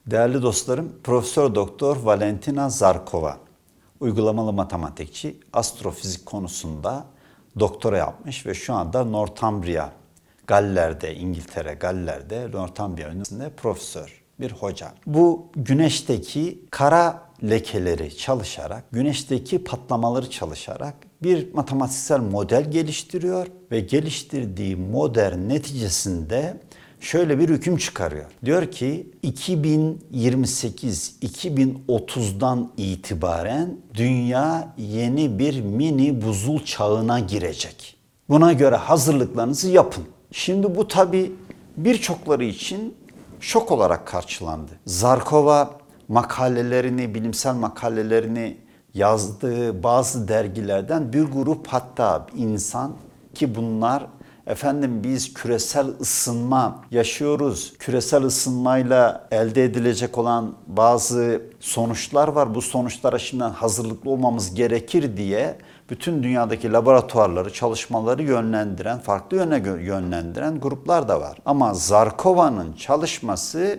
Değerli dostlarım, Profesör Doktor Valentina Zarkova, uygulamalı matematikçi, astrofizik konusunda doktora yapmış ve şu anda Northumbria, Galler'de, İngiltere, Galler'de, Northumbria Üniversitesi'nde profesör, bir hoca. Bu güneşteki kara lekeleri çalışarak, güneşteki patlamaları çalışarak bir matematiksel model geliştiriyor ve geliştirdiği model neticesinde şöyle bir hüküm çıkarıyor. Diyor ki 2028-2030'dan itibaren dünya yeni bir mini buzul çağına girecek. Buna göre hazırlıklarınızı yapın. Şimdi bu tabii birçokları için şok olarak karşılandı. Zarkova makalelerini, bilimsel makalelerini yazdığı bazı dergilerden bir grup hatta insan ki bunlar biz küresel ısınma yaşıyoruz. Küresel ısınmayla elde edilecek olan bazı sonuçlar var. Bu sonuçlara şimdiden hazırlıklı olmamız gerekir diye bütün dünyadaki laboratuvarları, çalışmaları yönlendiren, farklı yöne yönlendiren gruplar da var. Ama Zarkova'nın çalışması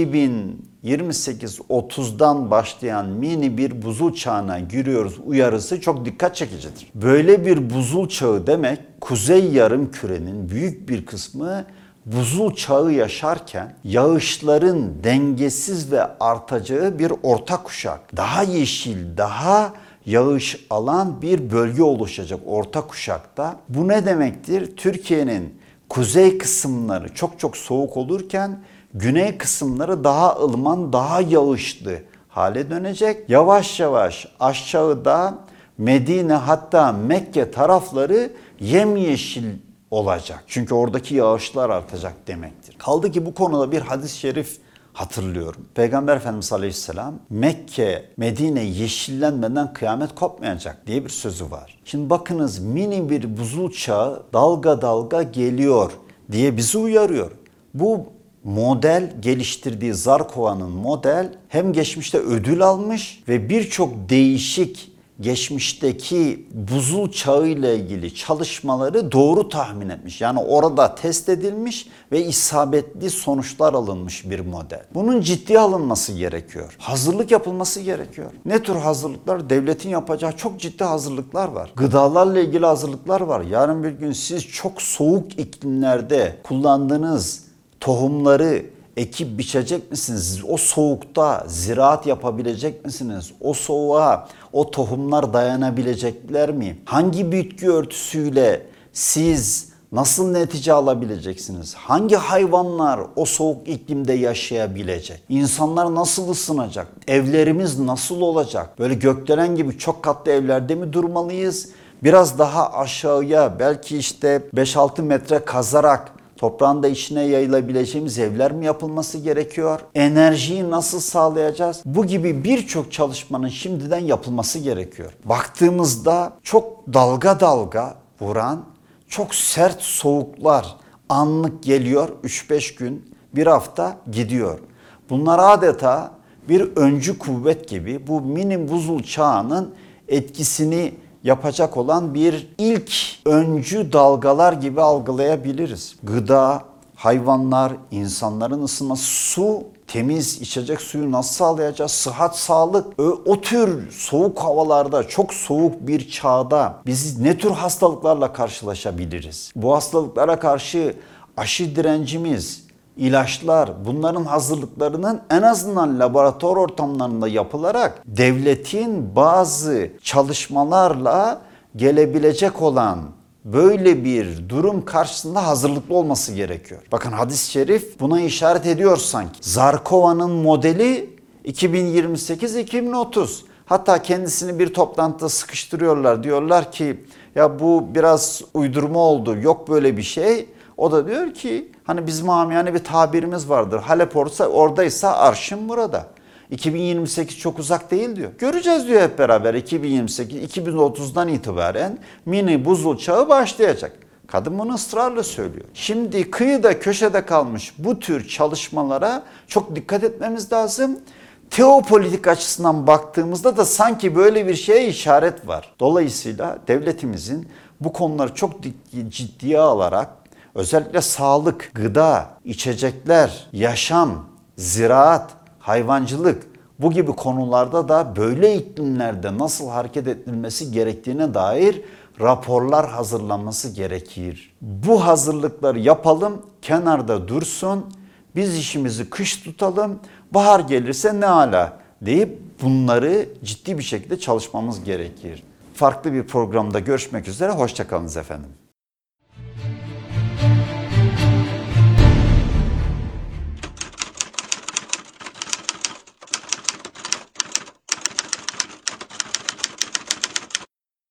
2028-30'dan başlayan mini bir buzul çağına giriyoruz uyarısı çok dikkat çekicidir. Böyle bir buzul çağı demek kuzey yarımkürenin büyük bir kısmı buzul çağı yaşarken yağışların dengesiz ve artacağı bir orta kuşak. Daha yeşil, daha yağış alan bir bölge oluşacak orta kuşakta. Bu ne demektir? Türkiye'nin kuzey kısımları çok soğuk olurken güney kısımları daha ılıman, daha yağışlı hale dönecek. Yavaş yavaş aşağıda Medine hatta Mekke tarafları yemyeşil olacak. Çünkü oradaki yağışlar artacak demektir. Kaldı ki bu konuda bir hadis-i şerif hatırlıyorum. Peygamber Efendimiz Aleyhisselam Mekke, Medine yeşillenmeden kıyamet kopmayacak diye bir sözü var. Şimdi bakınız mini bir buzul çağı dalga dalga geliyor diye bizi uyarıyor. Bu model geliştirdiği Zarkova'nın model hem geçmişte ödül almış ve birçok değişik geçmişteki buzul çağı ile ilgili çalışmaları doğru tahmin etmiş. Yani orada test edilmiş ve isabetli sonuçlar alınmış bir model. Bunun ciddiye alınması gerekiyor. Hazırlık yapılması gerekiyor. Ne tür hazırlıklar? Devletin yapacağı çok ciddi hazırlıklar var. Gıdalarla ilgili hazırlıklar var. Yarın bir gün siz çok soğuk iklimlerde kullandığınız tohumları ekip biçecek misiniz? O soğukta ziraat yapabilecek misiniz? O soğuğa o tohumlar dayanabilecekler mi? Hangi bitki örtüsüyle siz nasıl netice alabileceksiniz? Hangi hayvanlar o soğuk iklimde yaşayabilecek? İnsanlar nasıl ısınacak? Evlerimiz nasıl olacak? Böyle gökdelen gibi çok katlı evlerde mi durmalıyız? Biraz daha aşağıya belki 5-6 metre kazarak toprağın da içine yayılabileceğimiz evler mi yapılması gerekiyor? Enerjiyi nasıl sağlayacağız? Bu gibi birçok çalışmanın şimdiden yapılması gerekiyor. Baktığımızda çok dalga dalga vuran, çok sert soğuklar anlık geliyor. 3-5 gün, bir hafta gidiyor. Bunlar adeta bir öncü kuvvet gibi bu mini buzul çağının etkisini yapacak olan bir ilk öncü dalgalar gibi algılayabiliriz. Gıda, hayvanlar, insanların ısınması, su, temiz içecek suyu nasıl sağlayacağız? Sıhhat, sağlık. O tür soğuk havalarda, çok soğuk bir çağda biz ne tür hastalıklarla karşılaşabiliriz? Bu hastalıklara karşı aşı direncimiz, İlaçlar, bunların hazırlıklarının en azından laboratuvar ortamlarında yapılarak devletin bazı çalışmalarla gelebilecek olan böyle bir durum karşısında hazırlıklı olması gerekiyor. Bakın hadis-i şerif buna işaret ediyor sanki. Zarkova'nın modeli 2028-2030. Hatta kendisini bir toplantıda sıkıştırıyorlar. Diyorlar ki ya bu biraz uydurma oldu. Yok böyle bir şey. O da diyor ki hani bizim amiyane bir tabirimiz vardır. Halep oradaysa arşın burada. 2028 çok uzak değil diyor. Göreceğiz diyor hep beraber 2028-2030'dan itibaren mini buzul çağı başlayacak. Kadın bunu ısrarla söylüyor. Şimdi kıyıda köşede kalmış bu tür çalışmalara çok dikkat etmemiz lazım. Teopolitik açısından baktığımızda da sanki böyle bir şeye işaret var. Dolayısıyla devletimizin bu konuları çok ciddiye alarak özellikle sağlık, gıda, içecekler, yaşam, ziraat, hayvancılık, bu gibi konularda da böyle iklimlerde nasıl hareket edilmesi gerektiğine dair raporlar hazırlanması gerekir. Bu hazırlıkları yapalım, kenarda dursun, biz işimizi kış tutalım, bahar gelirse ne ala deyip bunları ciddi bir şekilde çalışmamız gerekir. Farklı bir programda görüşmek üzere, hoşça kalınız efendim.